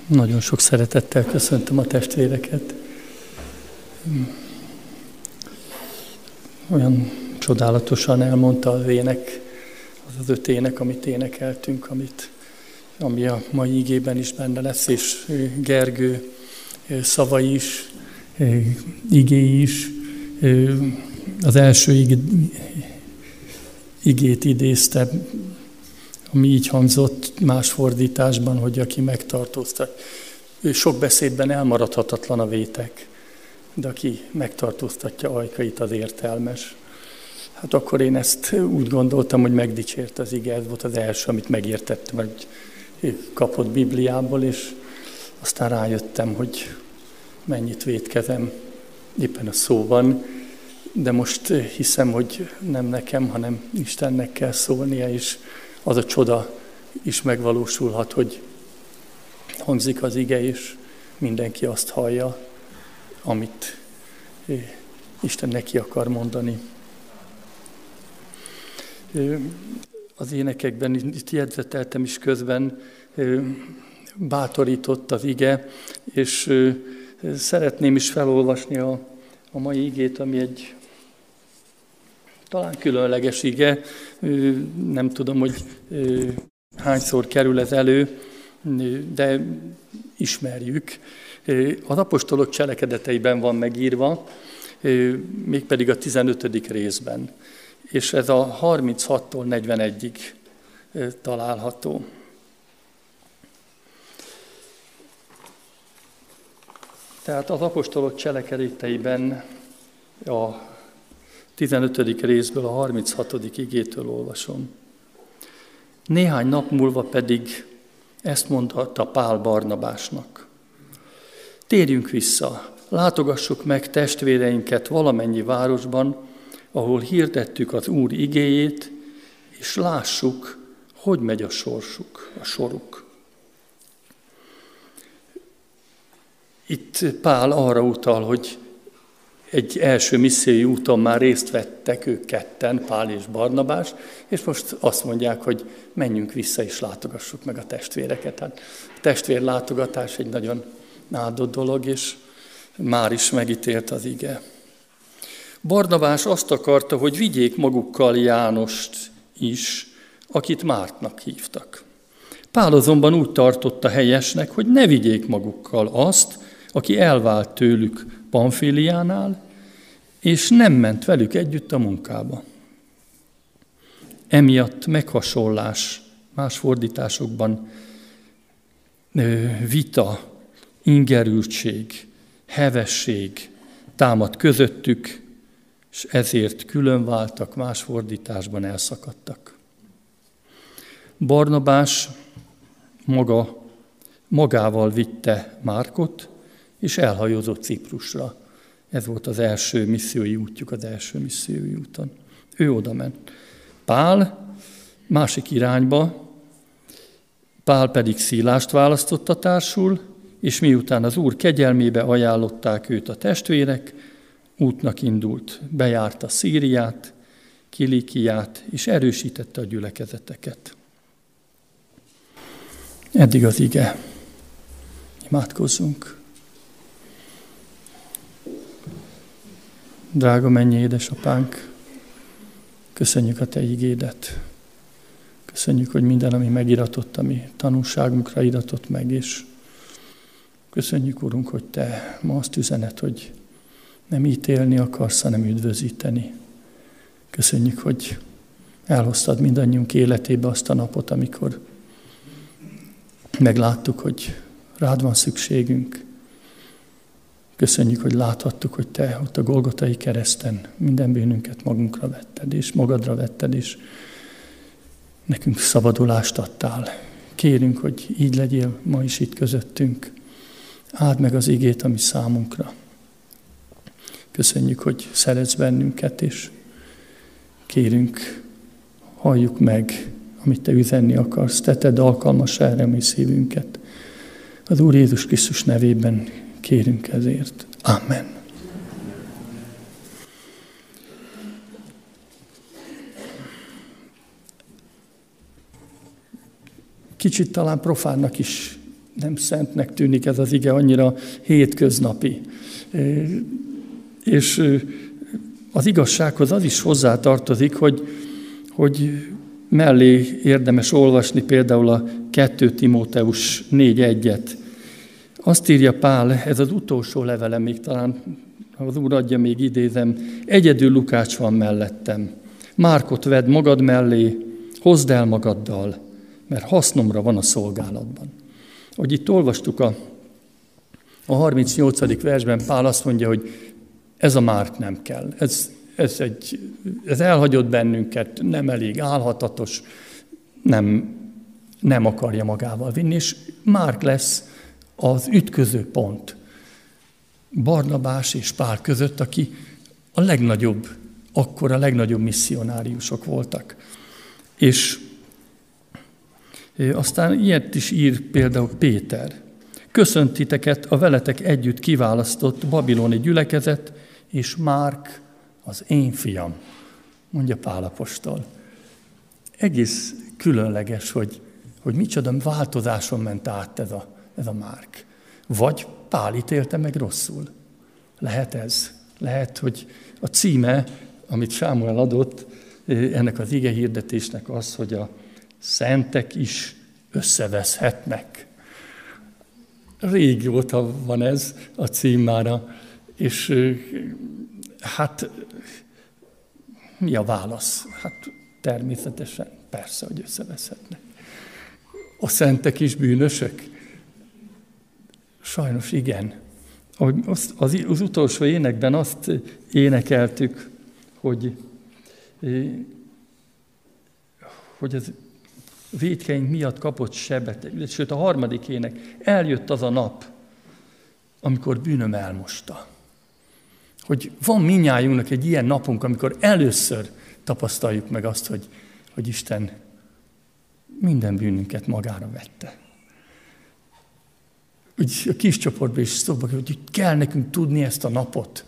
Nagyon sok szeretettel köszöntöm a testvéreket. Olyan csodálatosan elmondta az ének, az 5 ének, amit énekeltünk, ami a mai igében is benne lesz, és Gergő szavai is, igéi is. Az első igét idézte, ami így hangzott más fordításban, hogy aki megtartóztat. Sok beszédben elmaradhatatlan a vétek, de aki megtartóztatja ajkait, az értelmes. Hát akkor én ezt úgy gondoltam, hogy megdicsért az ige, ez volt az első, amit megértettem, hogy kapott Bibliából, és aztán rájöttem, hogy mennyit vétkezem éppen a szóban, de most hiszem, hogy nem nekem, hanem Istennek kell szólnia, és az a csoda is megvalósulhat, hogy hangzik az ige, és mindenki azt hallja, amit Isten neki akar mondani. Az énekekben itt jegyzeteltem is közben, bátorított az ige, és szeretném is felolvasni a mai igét, ami egy talán különleges ige, nem tudom, hogy hányszor kerül ez elő, de ismerjük. Az apostolok cselekedeteiben van megírva, mégpedig a 15. részben, és ez a 36-tól 41-ig található. Tehát az apostolok cselekedeteiben a 15. részből a 36. igétől olvasom. Néhány nap múlva pedig ezt mondta Pál Barnabásnak. Térjünk vissza, látogassuk meg testvéreinket valamennyi városban, ahol hirdettük az Úr igéjét, és lássuk, hogy megy a soruk. Itt Pál arra utal, hogy egy első missziói úton már részt vettek ők ketten, Pál és Barnabás, és most azt mondják, hogy menjünk vissza és látogassuk meg a testvéreket. Hát a testvérlátogatás egy nagyon áldott dolog, és már is megítélt az ige. Barnabás azt akarta, hogy vigyék magukkal Jánost is, akit Márknak hívtak. Pál azonban úgy tartotta helyesnek, hogy ne vigyék magukkal azt, aki elvált tőlük Pamfiliánál, és nem ment velük együtt a munkába. Emiatt meghasonlás, más fordításokban vita, ingerültség, hevesség támad közöttük, és ezért különváltak, más fordításban elszakadtak. Barnabás magával vitte Márkot, és elhajózott Ciprusra. Ez volt az első missziói útjuk, az első missziói úton. Ő oda ment. Pál másik irányba, Pál pedig Szilást választotta társul, és miután az Úr kegyelmébe ajánlották őt a testvérek, útnak indult, bejárta Szíriát, Kilikiát, és erősítette a gyülekezeteket. Eddig az ige. Imádkozzunk. Drága mennyei édesapánk, köszönjük a Te igédet. Köszönjük, hogy minden, ami megiratott, ami tanulságunkra iratott meg, és köszönjük, Urunk, hogy Te ma azt üzened, hogy nem ítélni akarsz, hanem üdvözíteni. Köszönjük, hogy elhoztad mindannyiunk életébe azt a napot, amikor megláttuk, hogy rád van szükségünk. Köszönjük, hogy láthattuk, hogy Te ott a Golgotai kereszten minden bűnünket magunkra vetted, és magadra vetted, és nekünk szabadulást adtál. Kérünk, hogy így legyél ma is itt közöttünk. Áld meg az igét, ami számunkra. Köszönjük, hogy szeretsz bennünket, és kérünk, halljuk meg, amit Te üzenni akarsz. Te tedd alkalmassá erre mi szívünket. Az Úr Jézus Krisztus nevében kérünk ezért. Amen. Kicsit talán profánnak is nem szentnek tűnik ez az ige, annyira hétköznapi. És az igazsághoz az is hozzátartozik, hogy mellé érdemes olvasni például a 2 Timóteus 4:1-et. Azt írja Pál, ez az utolsó levele, még talán az Úr adja, még idézem, egyedül Lukács van mellettem. Márkot vedd magad mellé, hozd el magaddal, mert hasznomra van a szolgálatban. Ahogy itt olvastuk a 38. versben, Pál azt mondja, hogy ez a Márk nem kell. Ez elhagyott bennünket, nem elég álhatatos, nem akarja magával vinni, és Márk lesz az ütköző pont Barnabás és Pál között, aki akkor a legnagyobb misszionáriusok voltak. És aztán ilyet is ír például Péter. Köszönt titeket a veletek együtt kiválasztott babiloni gyülekezet, és Márk az én fiam, mondja Pál apostol. Egész különleges, hogy micsoda változáson ment át ez a Márk. Vagy Pál ítélte meg rosszul. Lehet ez. Lehet, hogy a címe, amit Sámuel adott, ennek az igehirdetésnek az, hogy a szentek is összeveszhetnek. Régóta van ez a címára, és hát mi a válasz? Hát természetesen persze, hogy összeveszhetnek. A szentek is bűnösök? Sajnos igen. Az utolsó énekben azt énekeltük, hogy az vétkeink miatt kapott sebet, sőt a 3. ének, eljött az a nap, amikor bűnöm elmosta. Hogy van mindnyájunknak egy ilyen napunk, amikor először tapasztaljuk meg azt, hogy Isten minden bűnünket magára vette. Úgy a kis csoportban is szóba került, hogy kell nekünk tudni ezt a napot.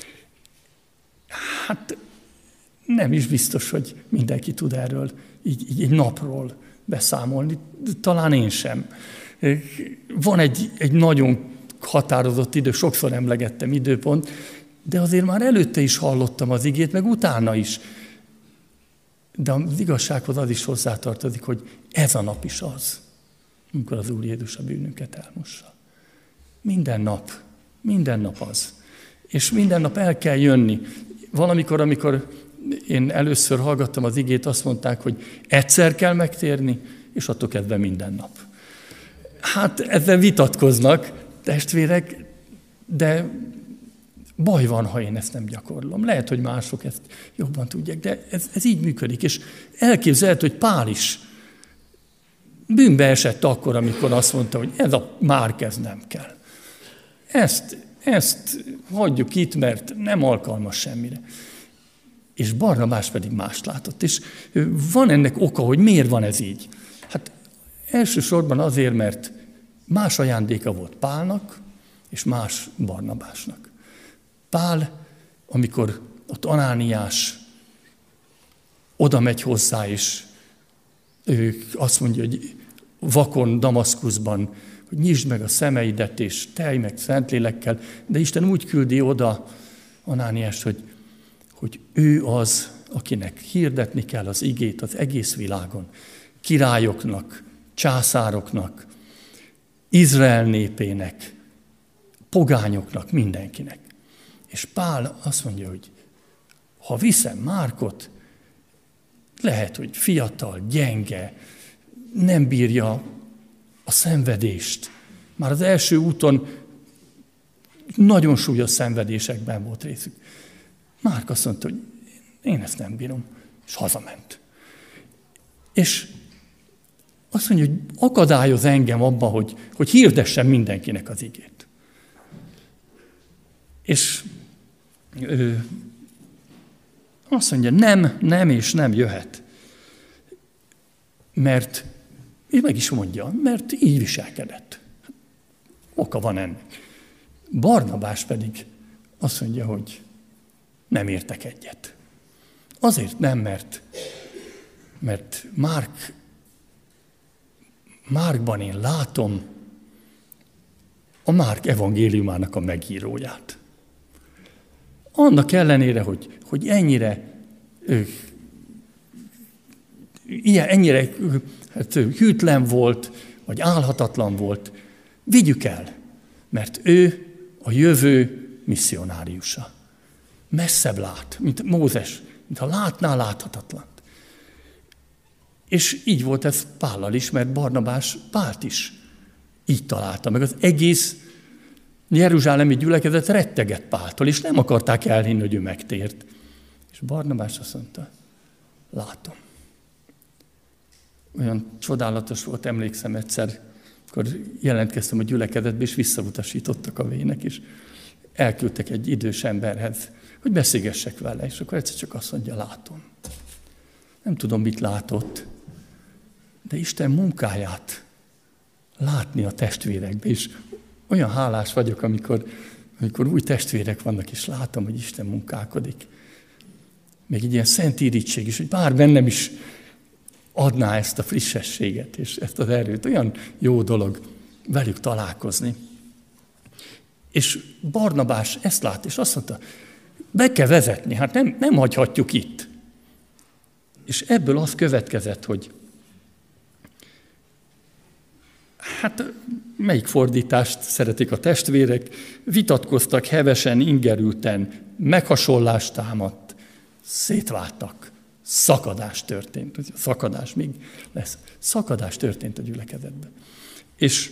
Hát nem is biztos, hogy mindenki tud erről így egy napról beszámolni. Talán én sem. Van egy nagyon határozott idő, sokszor emlegettem időpont, de azért már előtte is hallottam az igét, meg utána is. De az igazsághoz az is hozzátartozik, hogy ez a nap is az, amikor az Úr Jézus a bűnünket elmossa. Minden nap az. És minden nap el kell jönni. Valamikor, amikor én először hallgattam az igét, azt mondták, hogy egyszer kell megtérni, és attól kezdve minden nap. Hát ezzel vitatkoznak testvérek, de baj van, ha én ezt nem gyakorlom. Lehet, hogy mások ezt jobban tudják, de ez így működik. És elképzelhető, hogy Pál is bűnbe esett akkor, amikor azt mondta, hogy ez a Márk, ez nem kell. Ezt hagyjuk itt, mert nem alkalmas semmire. És Barnabás pedig mást látott. És van ennek oka, hogy miért van ez így. Hát elsősorban azért, mert más ajándéka volt Pálnak, és más Barnabásnak. Pál, amikor ott Anániás oda megy hozzá, és ő azt mondja, hogy vakon Damaszkuszban, hogy nyisd meg a szemeidet, és telj meg Szentlélekkel, de Isten úgy küldi oda Anániást, hogy ő az, akinek hirdetni kell az igét az egész világon, királyoknak, császároknak, Izrael népének, pogányoknak, mindenkinek. És Pál azt mondja, hogy ha viszem Márkot, lehet, hogy fiatal, gyenge, nem bírja a szenvedést. Már az első úton nagyon súlyos szenvedésekben volt részük. Márk azt mondta, hogy én ezt nem bírom, és hazament. És azt mondja, hogy akadályoz engem abban, hogy hirdessem mindenkinek az igét. És azt mondja, nem és nem jöhet. Mert, és meg is mondja, mert így viselkedett. Oka van ennek. Barnabás pedig azt mondja, hogy nem értek egyet. Azért nem, mert Márkban én látom a Márk evangéliumának a megíróját. Annak ellenére, hogy ennyire hűtlen volt, vagy álhatatlan volt, vigyük el, mert ő a jövő misszionáriusa. Messzebb lát, mint Mózes, mintha látná láthatatlant. És így volt ez Pállal is, mert Barnabás Pált is így találta meg. Az egész jeruzsálemi gyülekezet rettegett Páltól, és nem akarták elhinni, hogy ő megtért. És Barnabás azt mondta, látom. Olyan csodálatos volt, emlékszem egyszer, akkor jelentkeztem a gyülekezetbe, és visszautasítottak a vének, és elküldtek egy idős emberhez, hogy beszélgessek vele, és akkor egyszer csak azt mondja, látom. Nem tudom, mit látott, de Isten munkáját látni a testvérekbe, és olyan hálás vagyok, amikor új testvérek vannak, és látom, hogy Isten munkálkodik. Még egy ilyen szent irítség is, hogy bár bennem is adná ezt a frissességet, és ezt az erőt. Olyan jó dolog velük találkozni. És Barnabás ezt lát, és azt mondta, be kell vezetni, hát nem hagyhatjuk itt. És ebből az következett, hogy hát melyik fordítást szeretik a testvérek, vitatkoztak hevesen, ingerülten, meghasonlást támadt, szétváltak, szakadás történt. Szakadás még lesz. Szakadás történt a gyülekezetben. És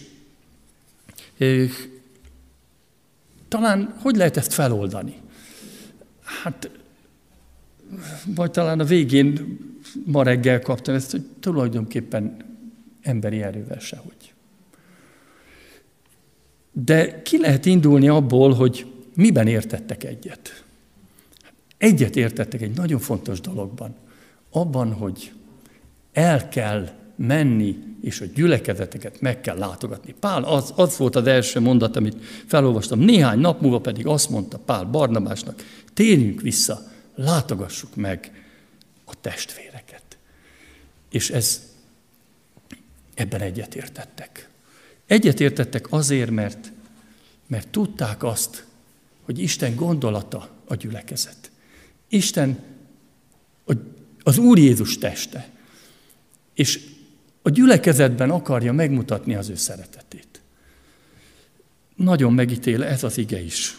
talán hogy lehet ezt feloldani? Hát, vagy talán a végén ma reggel kaptam ezt, hogy tulajdonképpen emberi erővel sehogy. De ki lehet indulni abból, hogy miben értettek egyet? Egyet értettek egy nagyon fontos dologban. Abban, hogy el kell menni, és a gyülekezeteket meg kell látogatni. Pál, az volt az első mondat, amit felolvastam. Néhány nap múlva pedig azt mondta Pál Barnabásnak, térjünk vissza, látogassuk meg a testvéreket. És ebben egyetértettek. Egyetértettek azért, mert tudták azt, hogy Isten gondolata a gyülekezet. Isten az Úr Jézus teste. És a gyülekezetben akarja megmutatni az ő szeretetét. Nagyon megítél ez az ige is,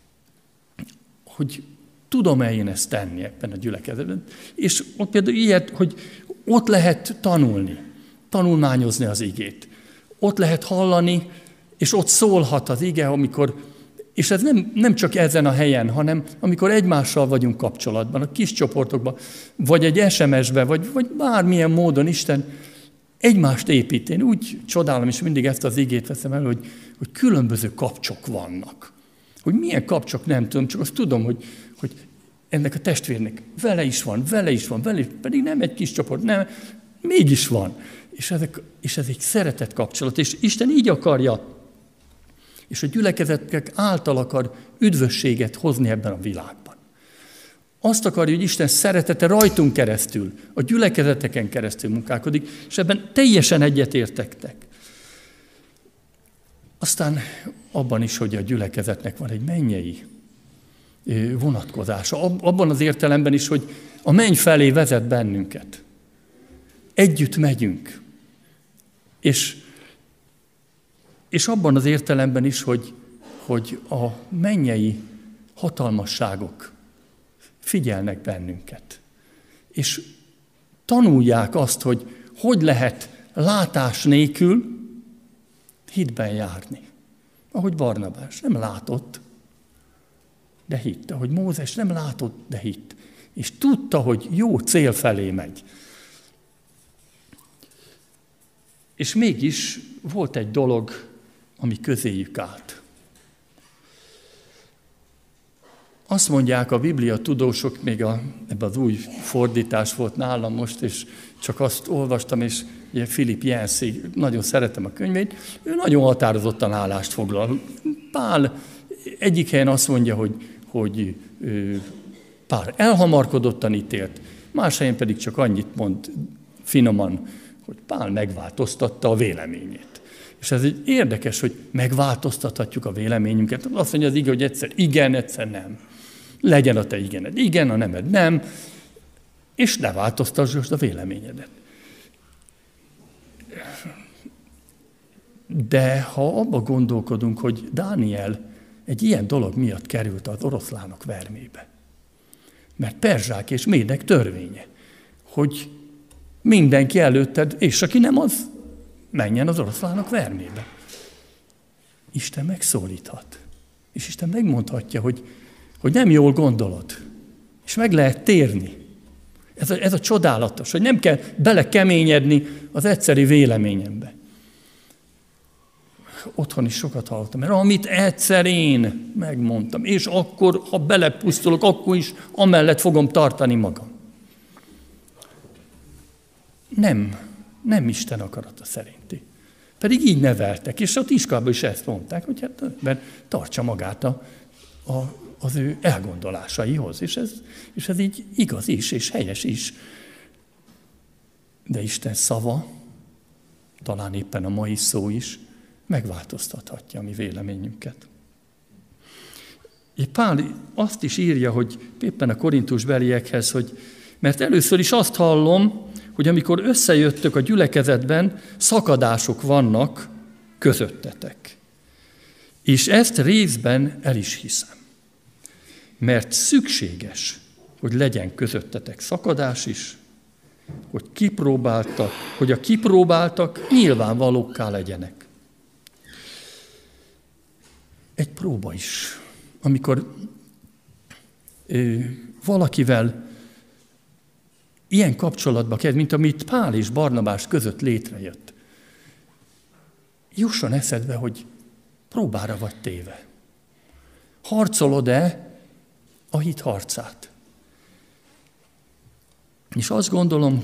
hogy tudom-e én ezt tenni ebben a gyülekezetben. És ott például ilyet, hogy ott lehet tanulmányozni az igét. Ott lehet hallani, és ott szólhat az ige, és ez nem csak ezen a helyen, hanem amikor egymással vagyunk kapcsolatban, a kis csoportokban, vagy egy SMS-ben, vagy bármilyen módon Isten egymást épít. Én úgy csodálom, és mindig ezt az igét veszem elő, hogy különböző kapcsok vannak. Hogy milyen kapcsok, nem tudom, csak azt tudom, hogy ennek a testvérnek vele is van, pedig nem egy kis csoport, nem, mégis van. És ez egy szeretett kapcsolat, és Isten így akarja, és a gyülekezetek által akar üdvösséget hozni ebben a világban. Azt akarja, hogy Isten szeretete rajtunk keresztül, a gyülekezeteken keresztül munkálkodik, és ebben teljesen egyetértettek. Aztán abban is, hogy a gyülekezetnek van egy mennyei vonatkozása. Abban az értelemben is, hogy a menny felé vezet bennünket. Együtt megyünk. És abban az értelemben is, hogy a mennyei hatalmasságok figyelnek bennünket. És tanulják azt, hogy lehet látás nélkül hitben járni. Ahogy Barnabás nem látott, de hitt. Ahogy Mózes nem látott, de hitt. És tudta, hogy jó cél felé megy. És mégis volt egy dolog, ami közéjük állt. Azt mondják a Biblia tudósok, még ebben az új fordítás volt nálam most, és csak azt olvastam, és ugye Philip Yancey, nagyon szeretem a könyvét, ő nagyon határozottan állást foglal. Pál egyik helyen azt mondja, hogy Pál elhamarkodottan ítélt, más helyen pedig csak annyit mond finoman, hogy Pál megváltoztatta a véleményét. És ez egy érdekes, hogy megváltoztathatjuk a véleményünket. Azt mondja az ige, hogy egyszer igen, egyszer nem. Legyen a te igened igen, a nemed nem, és ne változtassd a véleményedet. De ha abba gondolkodunk, hogy Dániel egy ilyen dolog miatt került az oroszlánok vermébe, mert perzsák és médek törvénye, hogy mindenki előtted, és aki nem az, menjen az oroszlánok vermébe. Isten megszólíthat. És Isten megmondhatja, hogy nem jól gondolod. És meg lehet térni. Ez a csodálatos, hogy nem kell belekeményedni az egyszeri véleményembe. Otthon is sokat hallottam, mert amit egyszer én megmondtam, és akkor, ha belepusztulok, akkor is amellett fogom tartani magam. Nem Isten akarata szerinti. Pedig így neveltek, és ott iskolában is ezt mondták, hogy hát tartsa magát az ő elgondolásaihoz, és ez így igaz is, és helyes is. De Isten szava, talán éppen a mai szó is, megváltoztathatja a mi véleményünket. Pál azt is írja, hogy éppen a korintusbeliekhez, hogy mert először is azt hallom, hogy amikor összejöttök a gyülekezetben, szakadások vannak közöttetek. És ezt részben el is hiszem. Mert szükséges, hogy legyen közöttetek szakadás is, hogy a kipróbáltak nyilvánvalókká legyenek. Egy próba is, amikor valakivel ilyen kapcsolatba kezd, mint amit Pál és Barnabás között létrejött. Jusson eszedbe, hogy próbára vagy téve. Harcolod-e a hit harcát? És azt gondolom,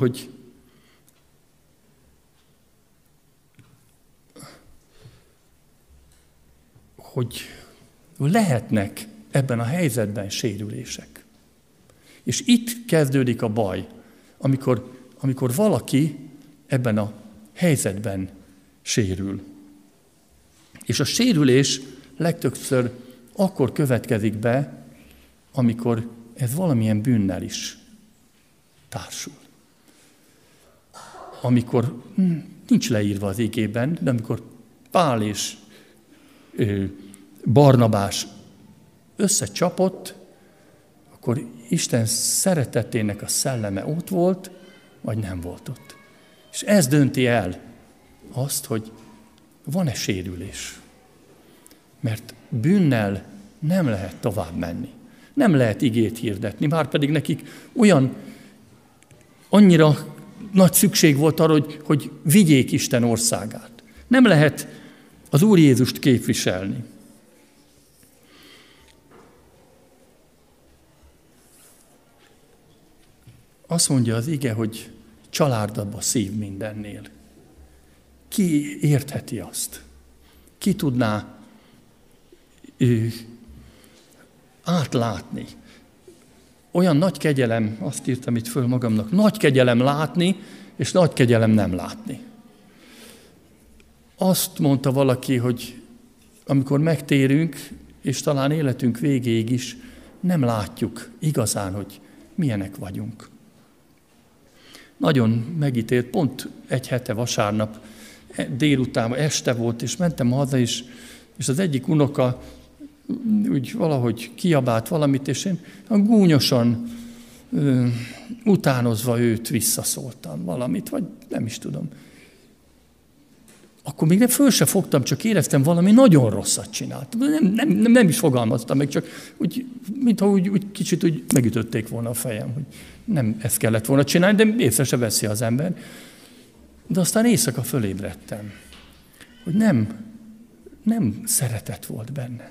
hogy lehetnek ebben a helyzetben sérülések. És itt kezdődik a baj, amikor valaki ebben a helyzetben sérül. És a sérülés legtöbbször akkor következik be, amikor ez valamilyen bűnnel is társul. Amikor nincs leírva az igében, de amikor Pál és Barnabás összecsapott, akkor Isten szeretetének a szelleme ott volt, vagy nem volt ott. És ez dönti el azt, hogy van-e sérülés. Mert bűnnel nem lehet tovább menni. Nem lehet igét hirdetni, márpedig nekik annyira nagy szükség volt arra, hogy vigyék Isten országát. Nem lehet az Úr Jézust képviselni. Azt mondja az ige, hogy családabb a szív mindennél. Ki értheti azt? Ki tudná átlátni? Olyan nagy kegyelem, azt írtam itt föl magamnak, nagy kegyelem látni, és nagy kegyelem nem látni. Azt mondta valaki, hogy amikor megtérünk, és talán életünk végéig is, nem látjuk igazán, hogy milyenek vagyunk. Nagyon megítélt, pont egy hete vasárnap délután, este volt, és mentem haza is, és az egyik unoka úgy valahogy kiabált valamit, és én gúnyosan utánozva őt visszaszóltam valamit, vagy nem is tudom. Akkor még föl se fogtam, csak éreztem, valami nagyon rosszat csinált. Nem is fogalmaztam meg, csak úgy, mintha úgy kicsit úgy megütötték volna a fejem, hogy nem ezt kellett volna csinálni, de észre se veszi az ember. De aztán éjszaka fölébredtem, hogy nem szeretet volt benne.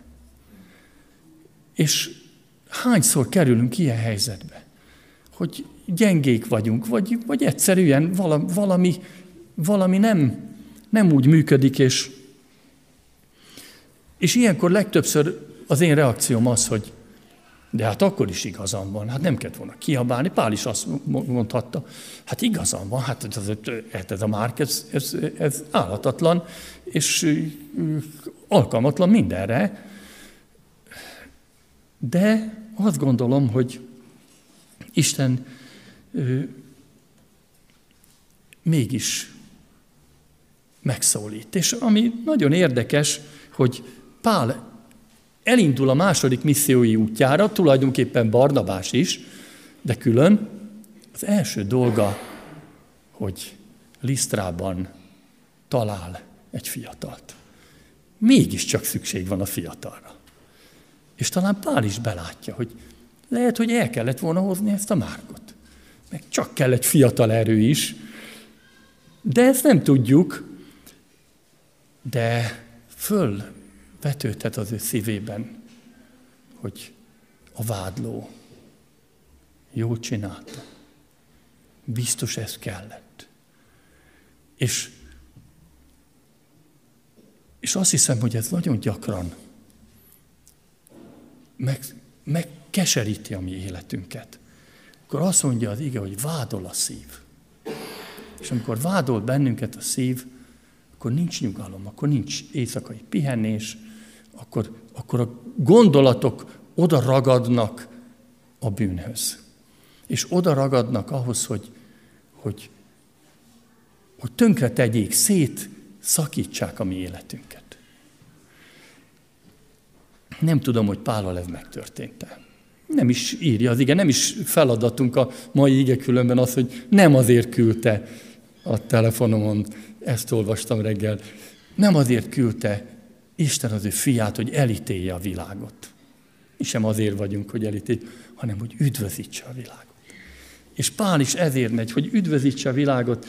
És hányszor kerülünk ilyen helyzetbe, hogy gyengék vagyunk, vagy egyszerűen valami nem úgy működik, és ilyenkor legtöbbször az én reakcióm az, hogy De hát akkor is igazam van, hát nem kellett volna kiabálni. Pál is azt mondhatta, hát igazam van, hát ez a Márk, ez álhatatlan, és alkalmatlan mindenre. De azt gondolom, hogy Isten mégis megszólít. És ami nagyon érdekes, hogy Pál elindul a második missziói útjára, tulajdonképpen Barnabás is, de külön. Az első dolga, hogy Lisztrában talál egy fiatalt. Mégiscsak szükség van a fiatalra. És talán Pál is belátja, hogy lehet, hogy el kellett volna hozni ezt a Márkot. Meg csak kell egy fiatal erő is, de ezt nem tudjuk, de fölvetődhet az ő szívében, hogy a vádló jól csinálta. Biztos ez kellett. És azt hiszem, hogy ez nagyon gyakran megkeseríti a mi életünket. Akkor azt mondja az ige, hogy vádol a szív. És amikor vádol bennünket a szív, akkor nincs nyugalom, akkor nincs éjszakai pihenés, akkor a gondolatok oda ragadnak a bűnhöz. És oda ragadnak ahhoz, hogy tönkre tegyék, szakítsák a mi életünket. Nem tudom, hogy Pállal ez megtörtént-e. Nem is írja az ige, nem is feladatunk a mai ige különben az, hogy nem azért küldte a telefonomon, ezt olvastam reggel, nem azért küldte Isten az ő fiát, hogy elítélje a világot. Mi sem azért vagyunk, hogy elítéljük, hanem hogy üdvözítse a világot. És Pál is ezért megy, hogy üdvözítse a világot,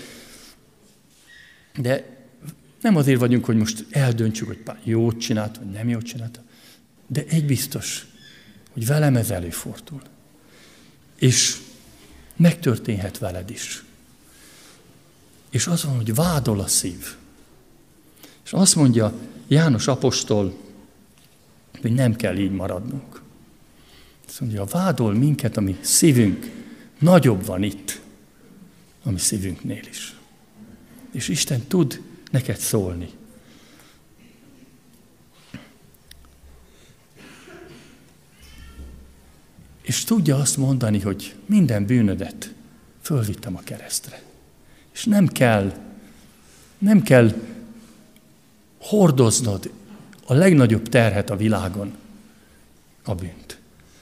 de nem azért vagyunk, hogy most eldöntsük, hogy Pál jót csinált, vagy nem jót csinált, de egy biztos, hogy velem ez előfordul. És megtörténhet veled is. És az van, hogy vádol a szív. És azt mondja János apostol, hogy nem kell így maradnunk. Azt mondja, vádol minket, ami szívünk nagyobb van itt, a mi szívünknél is. És Isten tud neked szólni. És tudja azt mondani, hogy minden bűnödet fölvittem a keresztre. És nem kell hordoznod a legnagyobb terhet a világon, a bűnt.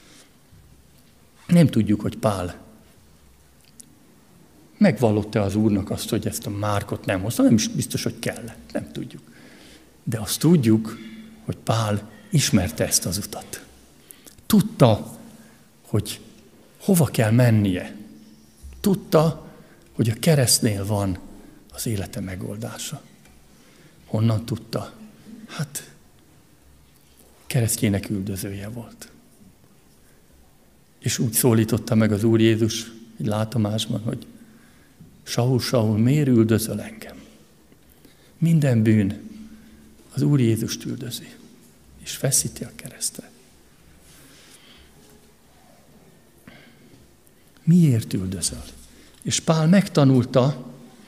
Nem tudjuk, hogy Pál megvallotta az Úrnak azt, hogy ezt a Márkot nem hozta, nem is biztos, hogy kellett, nem tudjuk. De azt tudjuk, hogy Pál ismerte ezt az utat. Tudta, hogy hova kell mennie. Tudta, hogy a keresztnél van az élete megoldása. Honnan tudta? Hát, keresztjének üldözője volt. És úgy szólította meg az Úr Jézus egy látomásban, hogy Saul, Saul, miért üldözöl engem? Minden bűn az Úr Jézust üldözi, és feszíti a keresztre. Miért üldözöl? És Pál megtanulta,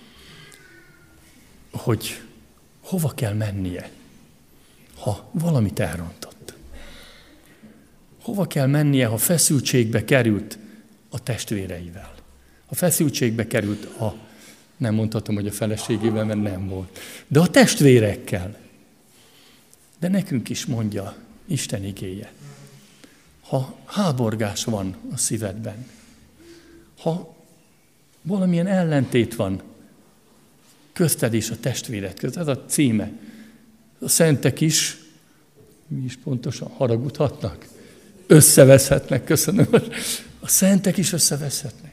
hogy hova kell mennie, ha valamit elrontott. Hova kell mennie, ha feszültségbe került a testvéreivel. Ha feszültségbe került nem mondhatom, hogy a feleségével, mert nem volt, de a testvérekkel. De nekünk is mondja Isten igéje. Ha háborgás van a szívedben, ha valamilyen ellentét van közted és a testvéred között, ez a címe. A szentek is, mi is pontosan haragudhatnak, összeveszhetnek, köszönöm. A szentek is összeveszhetnek.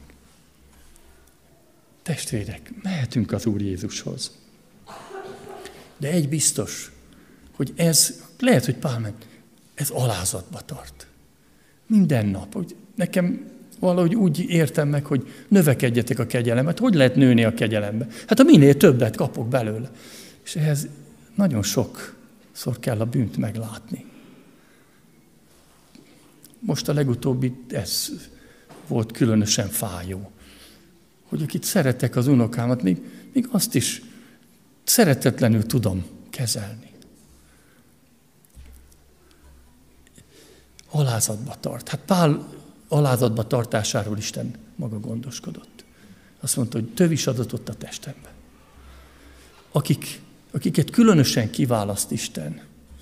Testvérek, mehetünk az Úr Jézushoz. De egy biztos, hogy ez, lehet, hogy Pál ment, ez alázatba tart. Minden nap, hogy nekem valahogy úgy értem meg, hogy növekedjetek a kegyelemet. Hogy lehet nőni a kegyelembe? Hát ha minél többet kapok belőle. És ehhez nagyon sokszor kell a bűnt meglátni. most a legutóbbi ez volt különösen fájó. Hogy akit szeretek az unokámat, még azt is szeretetlenül tudom kezelni. Alázatba tart. Hát Pál alázatba tartásáról Isten maga gondoskodott. Azt mondta, hogy tövis adatot a testembe. Akiket különösen kiválaszt Isten.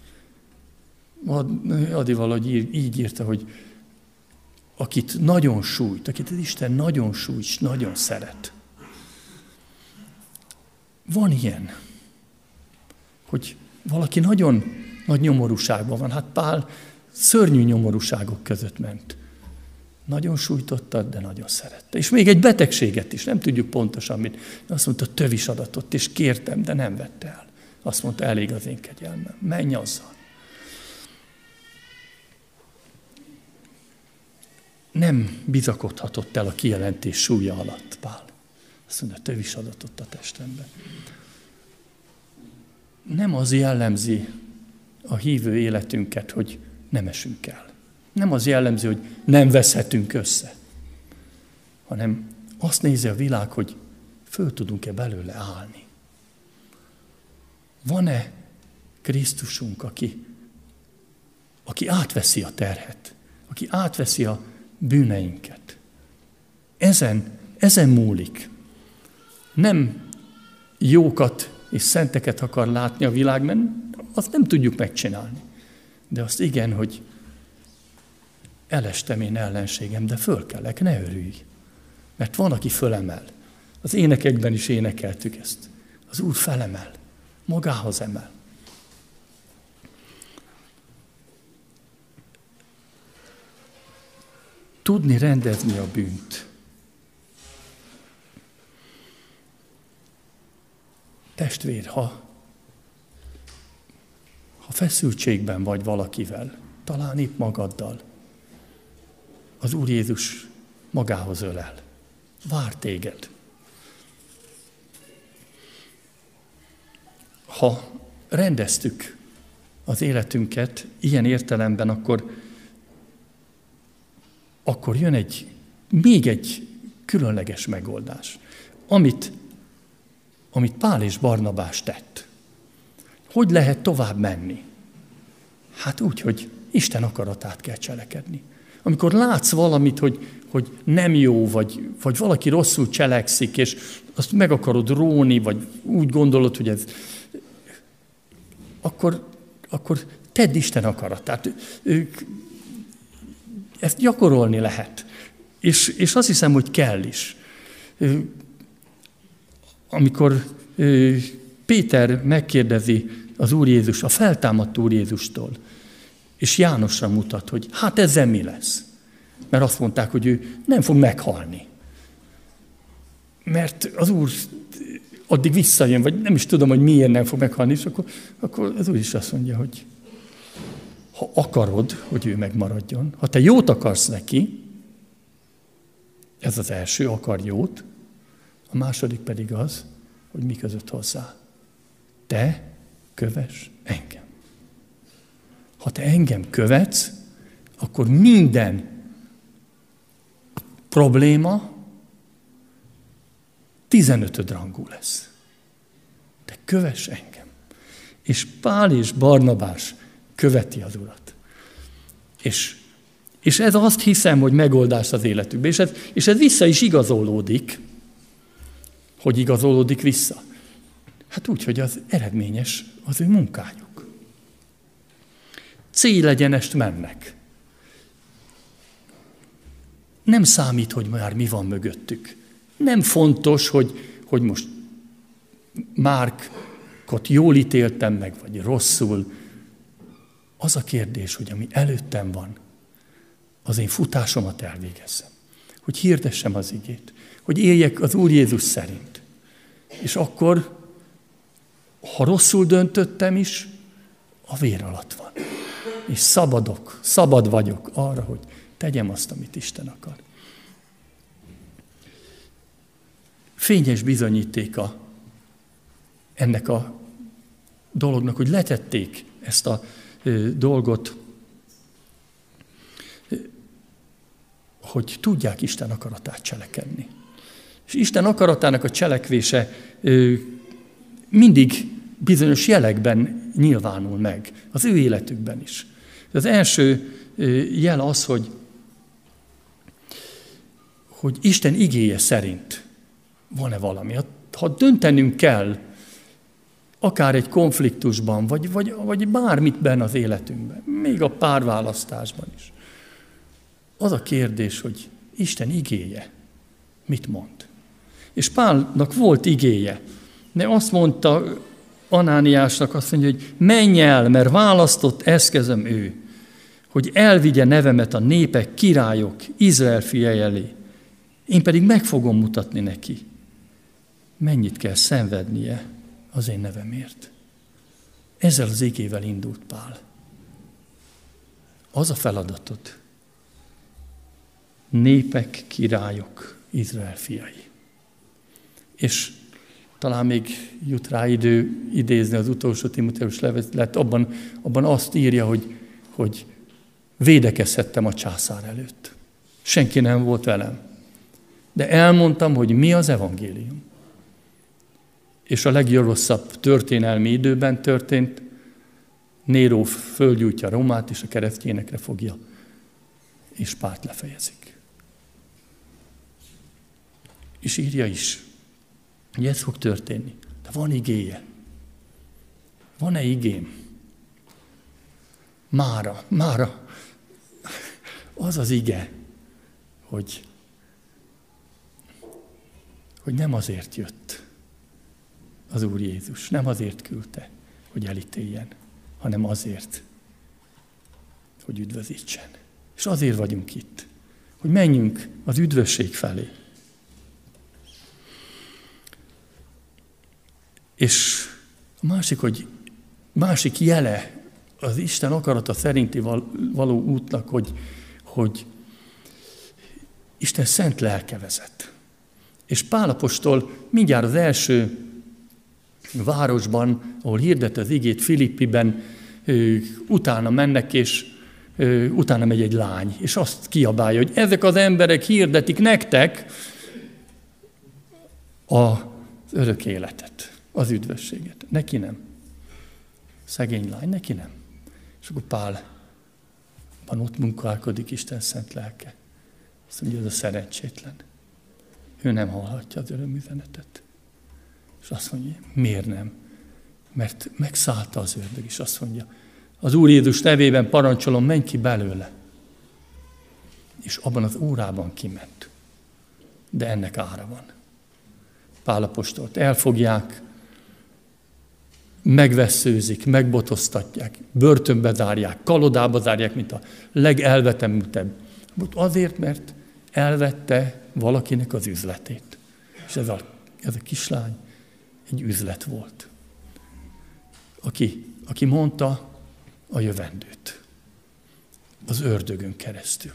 Adi valahogy így írta, hogy akit nagyon sújt, akit az Isten nagyon sújt, nagyon szeret. Van ilyen, hogy valaki nagyon nagy nyomorúságban van. Hát Pál szörnyű nyomorúságok között ment. Nagyon sújtotta, de nagyon szerette. És még egy betegséget is, nem tudjuk pontosan mit. Azt mondta, tövis adatot, és kértem, de nem vette el. Azt mondta, elég az én kegyelmem. Menj azzal. Nem bizakodhatott el a kijelentés súlya alatt, Pál. Azt mondja, tövis adatot a testembe. Nem az jellemzi a hívő életünket, hogy nem esünk el. Nem az jellemzi, hogy nem veszhetünk össze, hanem azt nézi a világ, hogy föl tudunk-e belőle állni. Van-e Krisztusunk, aki átveszi a terhet, aki átveszi a bűneinket. Ezen múlik. Nem jókat és szenteket akar látni a világ, mert azt nem tudjuk megcsinálni. De azt igen, hogy elestem én ellenségem, de fölkelek, ne örülj. Mert van, aki fölemel. Az énekekben is énekeltük ezt. Az Úr felemel, magához emel. Tudni rendezni a bűnt. Testvér, ha feszültségben vagy valakivel, talán épp magaddal, az Úr Jézus magához ölel. Vár téged. Ha rendeztük az életünket ilyen értelemben, akkor jön még egy különleges megoldás, amit Pál és Barnabás tett. Hogy lehet tovább menni? Hát úgy, hogy Isten akaratát kell cselekedni. Amikor látsz valamit, hogy nem jó, vagy valaki rosszul cselekszik, és azt meg akarod róni, vagy úgy gondolod, hogy ez... Akkor tedd Isten akaratát. Ezt gyakorolni lehet. És azt hiszem, hogy kell is. Amikor Péter megkérdezi az Úr Jézus, a feltámadt Úr Jézustól, és Jánosra mutat, hogy hát ezzel mi lesz? Mert azt mondták, hogy ő nem fog meghalni. Mert az Úr addig visszajön, vagy nem is tudom, hogy miért nem fog meghalni, és akkor az Úr is azt mondja, hogy ha akarod, hogy ő megmaradjon, ha te jót akarsz neki, ez az első, akar jót, a második pedig az, hogy mi között hozzá. Te kövess engem. Ha te engem követsz, akkor minden probléma 15. rangú lesz. Te kövess engem. És Pál és Barnabás követi az Urat. És ez azt hiszem, hogy megoldás az életükben. És ez vissza is igazolódik. Hogy igazolódik vissza? Hát úgy, hogy az eredményes az ő munkájuk. Célegyenest mennek. Nem számít, hogy már mi van mögöttük. Nem fontos, hogy most Márkot jól ítéltem meg, vagy rosszul. Az a kérdés, hogy ami előttem van, az én futásomat elvégezzem. Hogy hirdessem az igét. Hogy éljek az Úr Jézus szerint. És akkor, ha rosszul döntöttem is, a vér alatt van. És szabad vagyok arra, hogy tegyem azt, amit Isten akar. Fényes bizonyítéka ennek a dolognak, hogy letették ezt a dolgot. hogy tudják Isten akaratát cselekedni. És Isten akaratának a cselekvése mindig bizonyos jelekben nyilvánul meg, az ő életükben is. Az első jel az, hogy Isten igéje szerint van-e valami. Ha döntenünk kell, akár egy konfliktusban, vagy bármitben az életünkben, még a párválasztásban is. Az a kérdés, hogy Isten igéje mit mond. És Pálnak volt igéje, de azt mondta Anániásnak, azt mondja, hogy menj el, mert választott eszközöm ő, hogy elvigye nevemet a népek, királyok, Izrael fiai elé. Én pedig meg fogom mutatni neki, mennyit kell szenvednie az én nevemért. Ezzel az igével indult Pál. Az a feladatod. Népek, királyok, Izrael fiai. És talán még jut rá idő idézni az utolsó Timoteus levelet, abban azt írja, hogy védekezhettem a császár előtt. Senki nem volt velem. De elmondtam, hogy mi az evangélium. És a legrosszabb történelmi időben történt, Néró földgyújtja Rómát, és a keresztényekre fogja, és Pált lefejezik. És írja is, hogy ez fog történni. De van igéje. Van-e igém? Mára. Az az ige, hogy nem azért jött az Úr Jézus, nem azért küldte, hogy elítéljen, hanem azért, hogy üdvözítsen. És azért vagyunk itt, hogy menjünk az üdvösség felé. És a másik jele az Isten akarata szerinti való útnak, hogy Isten szent lelke vezet. És Pál apostol mindjárt az első városban, ahol hirdet az igét, Filippiben, utána mennek, és utána megy egy lány, és azt kiabálja, hogy ezek az emberek hirdetik nektek az örök életet, az üdvösséget. Neki nem. Szegény lány, neki nem. És akkor Pálban ott munkálkodik Isten szent lelke. Azt mondja, ez a szerencsétlen. Ő nem hallhatja az örömüzenetet. És azt mondja, miért nem? Mert megszállta az ördög, és azt mondja, az Úr Jézus nevében parancsolom, menj ki belőle. És abban az órában kiment. De ennek ára van. Pál apostolt elfogják, megvesszőzik, megbotoztatják, börtönbe zárják, kalodába zárják, mint a legelvetemültebb. Azért, mert elvette valakinek az üzletét. És ez a kislány egy üzlet volt. Aki mondta a jövendőt. Az ördögön keresztül.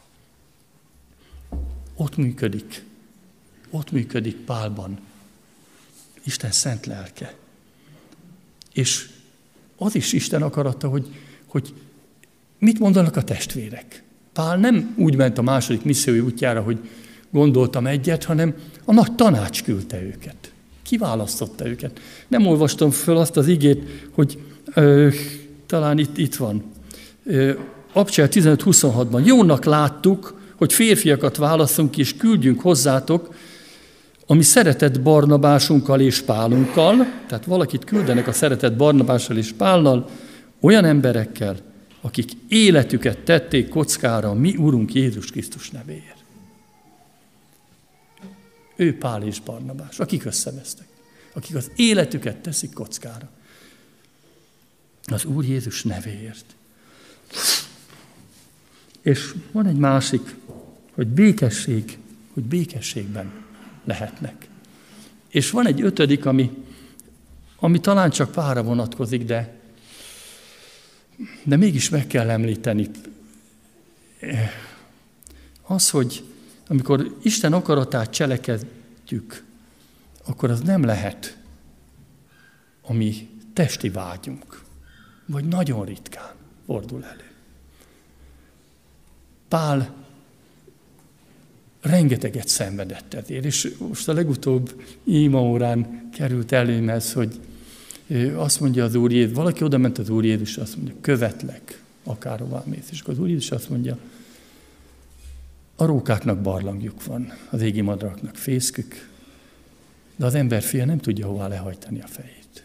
Ott működik Pálban Isten szent lelke. És az is Isten akarata, hogy mit mondanak a testvérek. Pál nem úgy ment a második missziói útjára, hogy gondoltam egyet, hanem a nagy tanács küldte őket. Kiválasztotta őket. Nem olvastam föl azt az igét, hogy talán itt van. Abcsel 15-26-ban. Jónak láttuk, hogy férfiakat válaszunk és küldjünk hozzátok, ami szeretett Barnabásunkkal és Pálunkkal, tehát valakit küldenek a szeretett Barnabással és Pállal, olyan emberekkel, akik életüket tették kockára a mi Úrunk Jézus Krisztus nevéért. Ő Pál és Barnabás, akik összevesztek, akik az életüket teszik kockára. Az Úr Jézus nevéért. És van egy másik, hogy békességben lehetnek. És van egy ötödik, ami talán csak Pálra vonatkozik, de mégis meg kell említeni. Az, hogy amikor Isten akaratát cselekedjük, akkor az nem lehet a mi testi vágyunk, vagy nagyon ritkán fordul elő. Pál rengeteget szenvedett ezért. És most a legutóbb imaórán került előm ez, hogy azt mondja az Úr Jézus, valaki oda ment az Úr Jézus, azt mondja, követlek, akárhová mész. És az Úr Jézus azt mondja, a rókáknak barlangjuk van, az égi madaraknak fészkük, de az emberfia nem tudja hová lehajtani a fejét.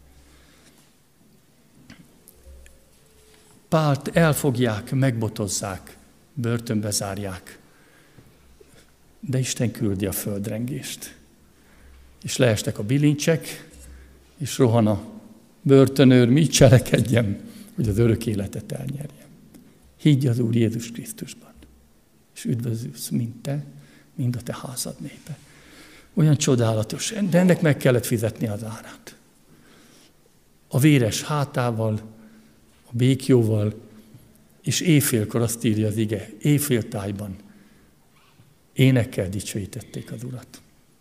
Pált elfogják, megbotozzák, börtönbe zárják, de Isten küldi a földrengést. És leestek a bilincsek, és rohan a börtönőr, mit cselekedjem, hogy az örök életet elnyerjem. Higgy az Úr Jézus Krisztusban, és üdvözülsz, mind te, mind a te házad népe. Olyan csodálatos, de ennek meg kellett fizetni az árát. A véres hátával, a békjóval, és éjfélkor azt írja az ige, éjféltájban énekkel dicsőítették az Urat.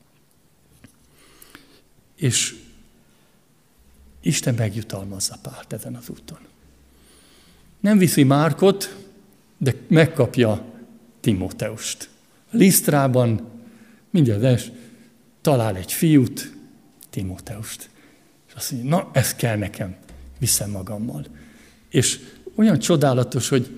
És Isten megjutalmazza Pált ezen az úton. Nem viszi Márkot, de megkapja Timóteust. Lisztrában mindjárt talál egy fiút, Timóteust. És azt mondja, na, ez kell nekem, viszem magammal. És olyan csodálatos, hogy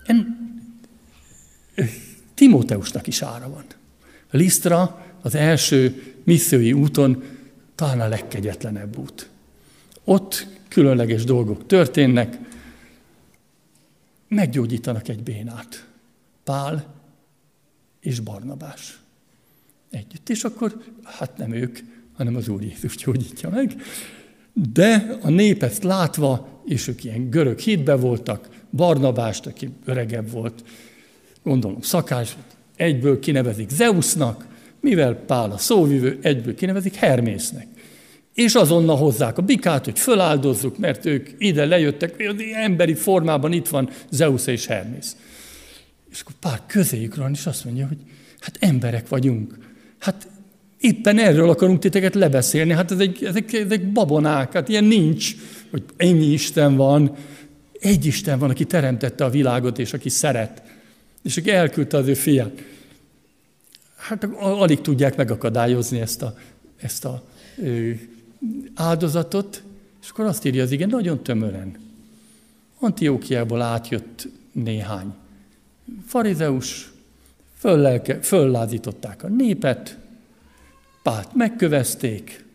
Timóteusnak is ára van. Lisztra az első missziói úton talán a legkegyetlenebb út. Ott különleges dolgok történnek, meggyógyítanak egy bénát. Pál és Barnabás együtt. És akkor, hát nem ők, hanem az Úr Jézus gyógyítja meg. De a nép ezt látva, és ők ilyen görög hitben voltak, Barnabást, aki öregebb volt, gondolom szakás, egyből kinevezik Zeusnak, mivel Pál a szóvivő, egyből kinevezik Hermésznek. És azonnal hozzák a bikát, hogy föláldozzuk, mert ők ide lejöttek, emberi formában itt van Zeus és Hermész. És akkor Pál közéjük van, és azt mondja, hogy hát emberek vagyunk. Hát éppen erről akarunk titeket lebeszélni. Hát ezek babonák, hát ilyen nincs, hogy ennyi Isten van. Egy Isten van, aki teremtette a világot, és aki szeret. És aki elküldte az ő fiát. Hát alig tudják megakadályozni ezt a áldozatot, és akkor azt írja az ige, nagyon tömören. Antiókiából átjött néhány farizeus, föllázították a népet, Pált megkövezték,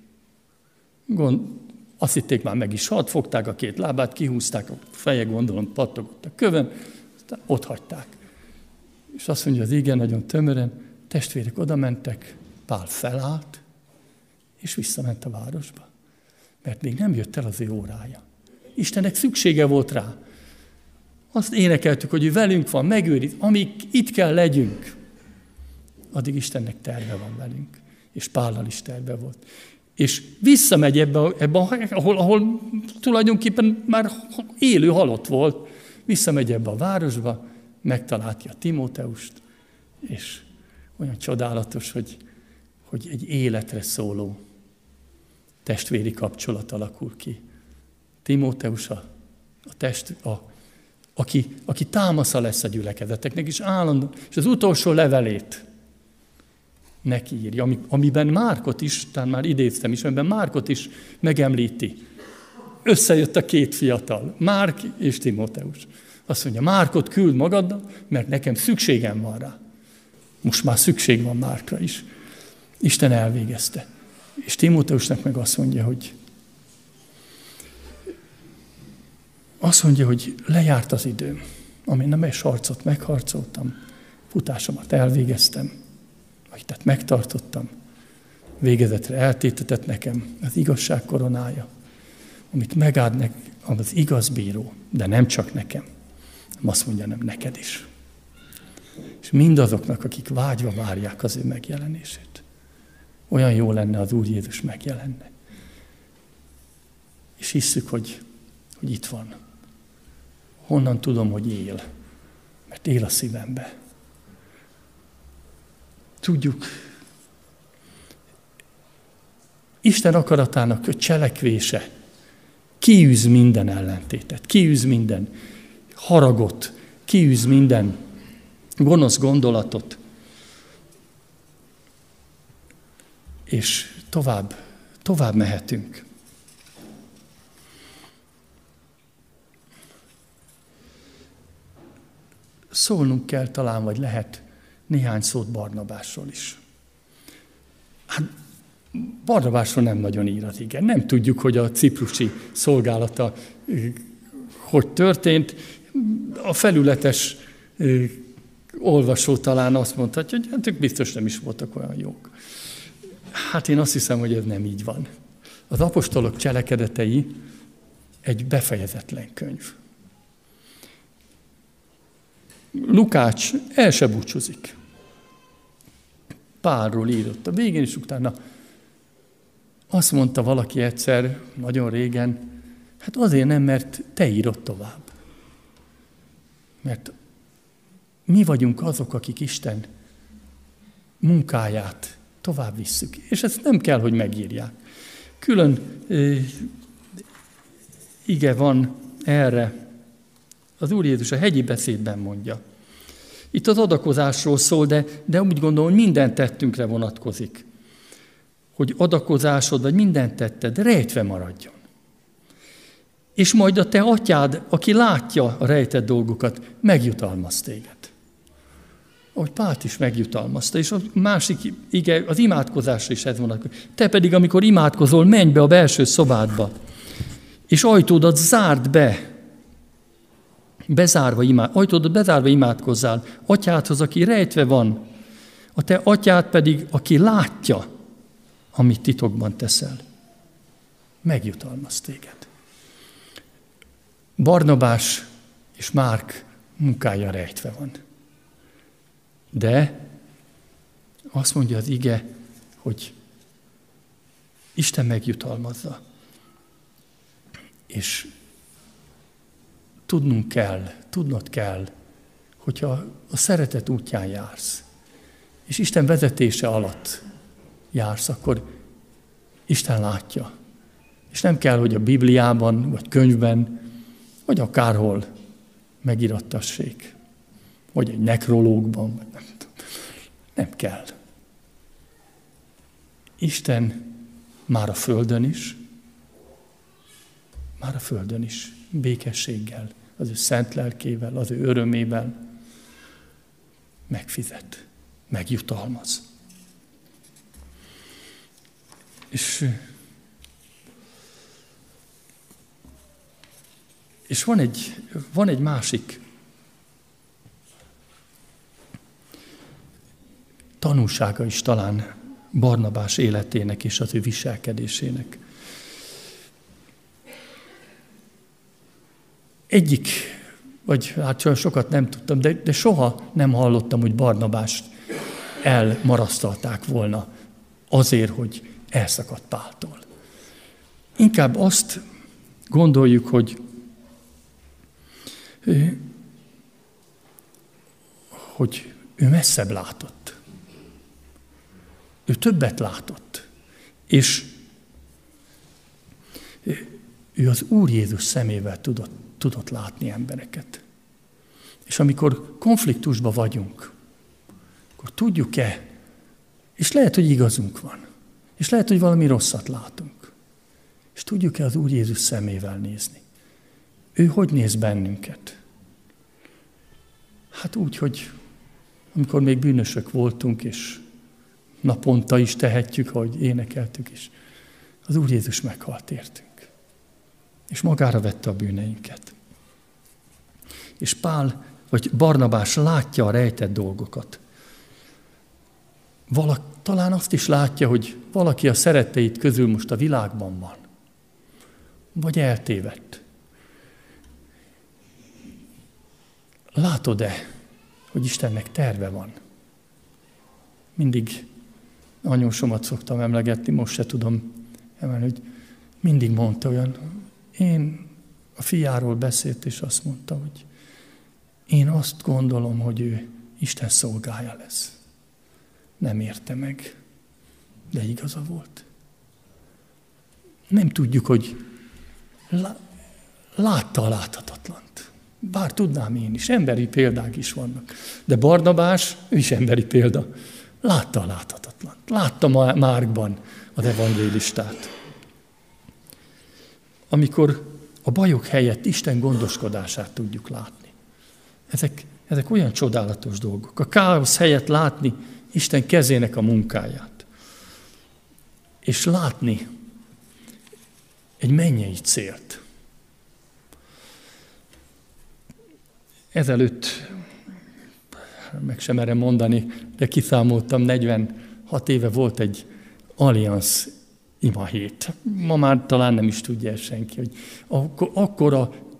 azt hitték már meg is halt, fogták a két lábát, kihúzták a feje, gondolom pattogott a kövön, aztán ott hagyták. És azt mondja az ige nagyon tömören, testvérek oda mentek, Pál felállt, és visszament a városba. Mert még nem jött el az ő órája. Istennek szüksége volt rá. Azt énekeltük, hogy ő velünk van, megőriz, amíg itt kell legyünk. Addig Istennek terve van velünk. És Pállal is terve volt. És visszamegy ebbe ahol tulajdonképpen már élő halott volt, visszamegy ebbe a városba, megtalálja Timóteust, és olyan csodálatos, hogy egy életre szóló testvéri kapcsolat alakul ki. Timóteus aki támasza lesz a gyülekezeteknek, és állandóan, és az utolsó levelét neki írja, amiben Márkot is, talán már idéztem is, amiben Márkot is megemlíti. Összejött a két fiatal, Márk és Timóteus. Azt mondja, Márkot küld magaddal, mert nekem szükségem van rá. Most már szükség van Márkra is. Isten elvégezte. És Timóteusnak meg azt mondja, hogy lejárt az időm, amin nem egy harcot megharcoltam, futásomat elvégeztem, a hitet megtartottam, végezetre eltétetett nekem az igazság koronája, amit megáld az igaz bíró, de nem csak nekem, nem azt mondja, nem neked is. És mindazoknak, akik vágyva várják az ő megjelenését. Olyan jó lenne, az Úr Jézus megjelenne. És hisszük, hogy itt van. Honnan tudom, hogy él? Mert él a szívembe. Tudjuk, Isten akaratának a cselekvése kiűz minden ellentétet, kiűz minden haragot, kiűz minden gonosz gondolatot. és tovább mehetünk. Szólnunk kell talán, vagy lehet néhány szót Barnabásról is. Hát Barnabásról nem nagyon ír az ige. Nem tudjuk, hogy a ciprusi szolgálata hogy történt. A felületes olvasó talán azt mondhatja, hogy hát ők biztos nem is voltak olyan jók. Hát én azt hiszem, hogy ez nem így van. Az apostolok cselekedetei egy befejezetlen könyv. Lukács el se búcsúzik. Pálról írott a végén, és utána azt mondta valaki egyszer, nagyon régen, hát azért nem, mert te írod tovább. Mert mi vagyunk azok, akik Isten munkáját tovább visszük. És ezt nem kell, hogy megírják. Külön ige van erre. Az Úr Jézus a hegyi beszédben mondja. Itt az adakozásról szól, de úgy gondolom, hogy minden tettünkre vonatkozik. Hogy adakozásod, vagy minden tetted rejtve maradjon. És majd a te atyád, aki látja a rejtett dolgokat, megjutalmaz téged. Ahogy Pált is megjutalmazta, és a másik ige, az imádkozásra is ez vonatkozik. Te pedig, amikor imádkozol, menj be a belső szobádba, és ajtódat zárd be, ajtódat bezárva imádkozzál, atyádhoz, aki rejtve van, a te atyád pedig, aki látja, amit titokban teszel. Megjutalmaz téged. Barnabás és Márk munkája rejtve van. De azt mondja az ige, hogy Isten megjutalmazza. És tudnod kell, hogyha a szeretet útján jársz, és Isten vezetése alatt jársz, akkor Isten látja. És nem kell, hogy a Bibliában, vagy könyvben, vagy akárhol megirattassék. Vagy egy nekrológban, vagy nem kell. Isten már a földön is, békességgel, az ő szent lelkével, az ő örömével megfizet, megjutalmaz. És van egy másik tanúsága is talán Barnabás életének és az ő viselkedésének. Vagy hát sokat nem tudtam, de soha nem hallottam, hogy Barnabást elmarasztalták volna azért, hogy elszakadt Páltól. Inkább azt gondoljuk, hogy ő messzebb látott. Ő többet látott. És ő az Úr Jézus szemével tudott látni embereket. És amikor konfliktusban vagyunk, akkor tudjuk-e, és lehet, hogy igazunk van, és lehet, hogy valami rosszat látunk, és tudjuk-e az Úr Jézus szemével nézni. Ő hogy néz bennünket? Hát úgy, hogy amikor még bűnösök voltunk, és naponta is tehetjük, ahogy énekeltük is, az Úr Jézus meghalt értünk. És magára vette a bűneinket. És Pál, vagy Barnabás látja a rejtett dolgokat. Talán azt is látja, hogy valaki a szeretteit közül most a világban van. Vagy eltévedt. Látod-e, hogy Istennek terve van? Mindig anyósomat szoktam emlegetni, most se tudom emelni, hogy mindig mondta olyan, a fiáról beszélt, és azt mondta, hogy én azt gondolom, hogy ő Isten szolgája lesz. Nem érte meg, de igaza volt. Nem tudjuk, hogy látta a láthatatlant. Bár tudnám én is, emberi példák is vannak. De Barnabás, ő is emberi példa. Látta a láthatatlan. Látta Márkban az evangélistát. Amikor a bajok helyett Isten gondoskodását tudjuk látni. Ezek olyan csodálatos dolgok. A káosz helyett látni Isten kezének a munkáját. És látni egy mennyei célt. Ezelőtt, meg sem merem mondani, de kiszámoltam, 46 éve volt egy Allianz imahét. Ma már talán nem is tudja senki, hogy akkor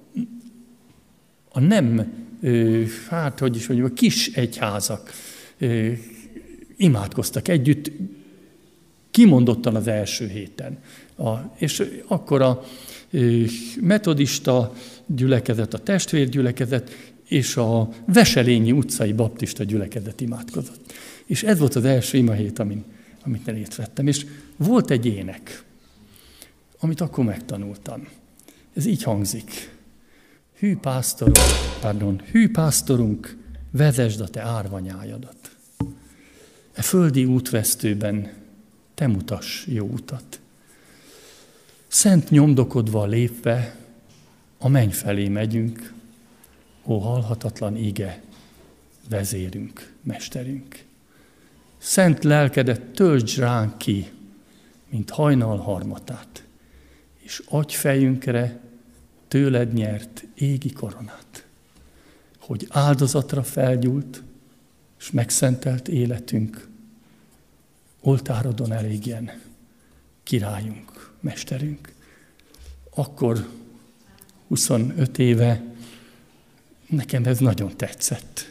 a nem, hogy is mondjuk, a kis egyházak imádkoztak együtt, kimondottan az első héten. És akkor a metodista gyülekezet, a testvérgyülekezet és a Veselényi utcai baptista gyülekezet imádkozott. És ez volt az első imahét, amit részt vettem. És volt egy ének, amit akkor megtanultam. Ez így hangzik. Hű pásztorunk, vezesd a te árvanyájadat. E földi útvesztőben te mutass jó utat. Szent nyomdokodva lépve a menny felé megyünk, ó halhatatlan ige, vezérünk, mesterünk. Szent lelkedet töltsd ránk ki, mint hajnal harmatát, és adj fejünkre tőled nyert égi koronát, hogy áldozatra felgyúlt, és megszentelt életünk, oltárodon elégjen, királyunk, mesterünk. Akkor 25 éve nekem ez nagyon tetszett.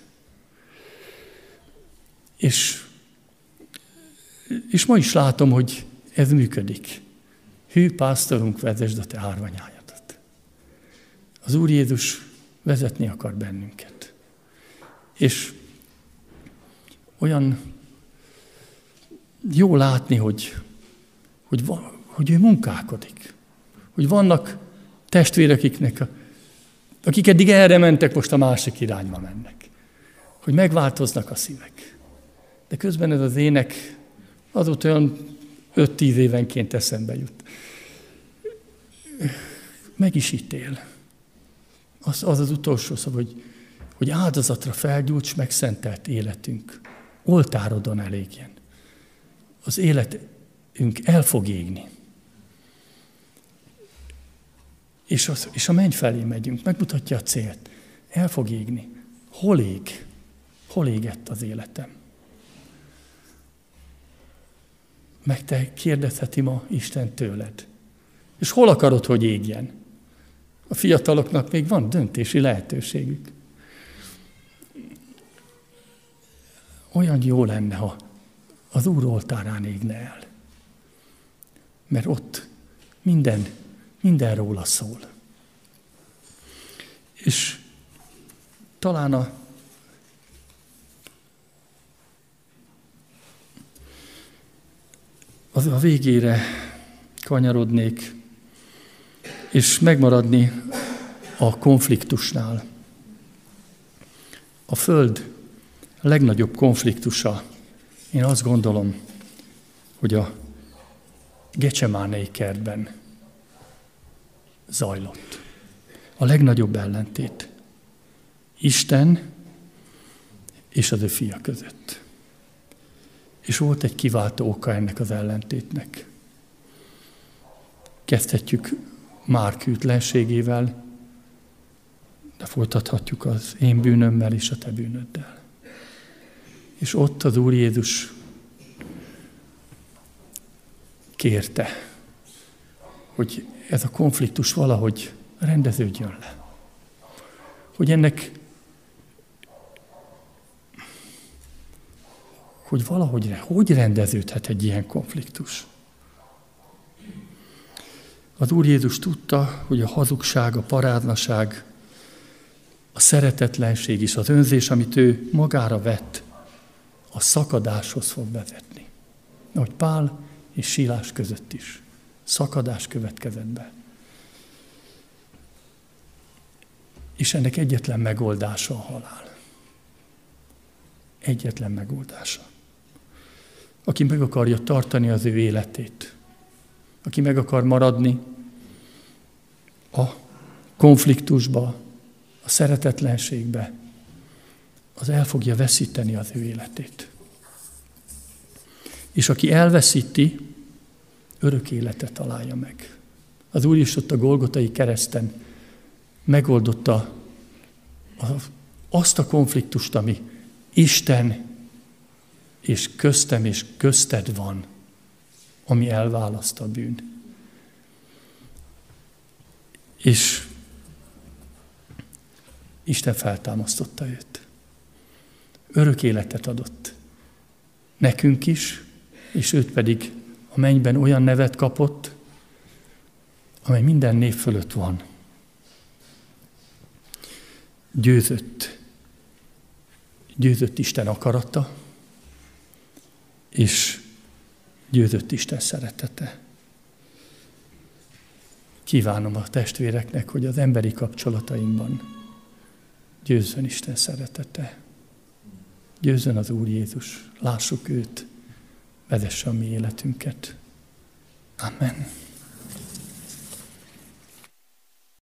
És ma is látom, hogy ez működik. Hű pásztorunk, vezesd a te árvanyájadat. Az Úr Jézus vezetni akar bennünket. És olyan jó látni, hogy ő munkálkodik. Hogy vannak testvérek, akik eddig erre mentek, most a másik irányba mennek. Hogy megváltoznak a szívek. De közben ez az ének azóta olyan 5-10 évenként eszembe jut. Meg is ítél. Az utolsó szó, hogy áldozatra felgyújts, megszentelt életünk. Oltárodon elégjen. Az életünk el fog égni. És a menny felé megyünk, megmutatja a célt. El fog égni. Hol ég? Hol égett az életem? Meg te kérdezheti ma Isten tőled. És hol akarod, hogy égjen? A fiataloknak még van döntési lehetőségük. Olyan jó lenne, ha az Úr oltárán égne el. Mert ott minden róla szól. És talán a végére kanyarodnék, és megmaradni a konfliktusnál. A Föld legnagyobb konfliktusa, én azt gondolom, hogy a Gecsemánej kertben zajlott. A legnagyobb ellentét. Isten és az ő fia között. És volt egy kiváltó oka ennek az ellentétnek. Kezdhetjük Márk hűtlenségével, de folytathatjuk az én bűnömmel és a te bűnöddel. És ott az Úr Jézus kérte, hogy ez a konfliktus valahogy rendeződjön le. Hogy ennek, hogy valahogy, hogy rendeződhet egy ilyen konfliktus? Az Úr Jézus tudta, hogy a hazugság, a parádnaság, a szeretetlenség és az önzés, amit ő magára vett, a szakadáshoz fog vezetni. Ahogy Pál és Sílás között is. Szakadás következett be. És ennek egyetlen megoldása a halál. Egyetlen megoldása. aki meg akarja tartani az ő életét, aki meg akar maradni a konfliktusba, a szeretetlenségbe, az el fogja veszíteni az ő életét. És aki elveszíti, örök életet találja meg. Az Úr is ott a Golgotai kereszten megoldotta azt a konfliktust, ami Isten és köztem és közted van, ami elválaszt a bűn. És Isten feltámasztotta őt. Örök életet adott nekünk is, és őt pedig a mennyben olyan nevet kapott, amely minden név fölött van. Győzött Isten akarata, és győzött Isten szeretete. Kívánom a testvéreknek, hogy az emberi kapcsolatainkban győzzön Isten szeretete. Győzzön az Úr Jézus. Lássuk őt, vezesse a mi életünket. Amen.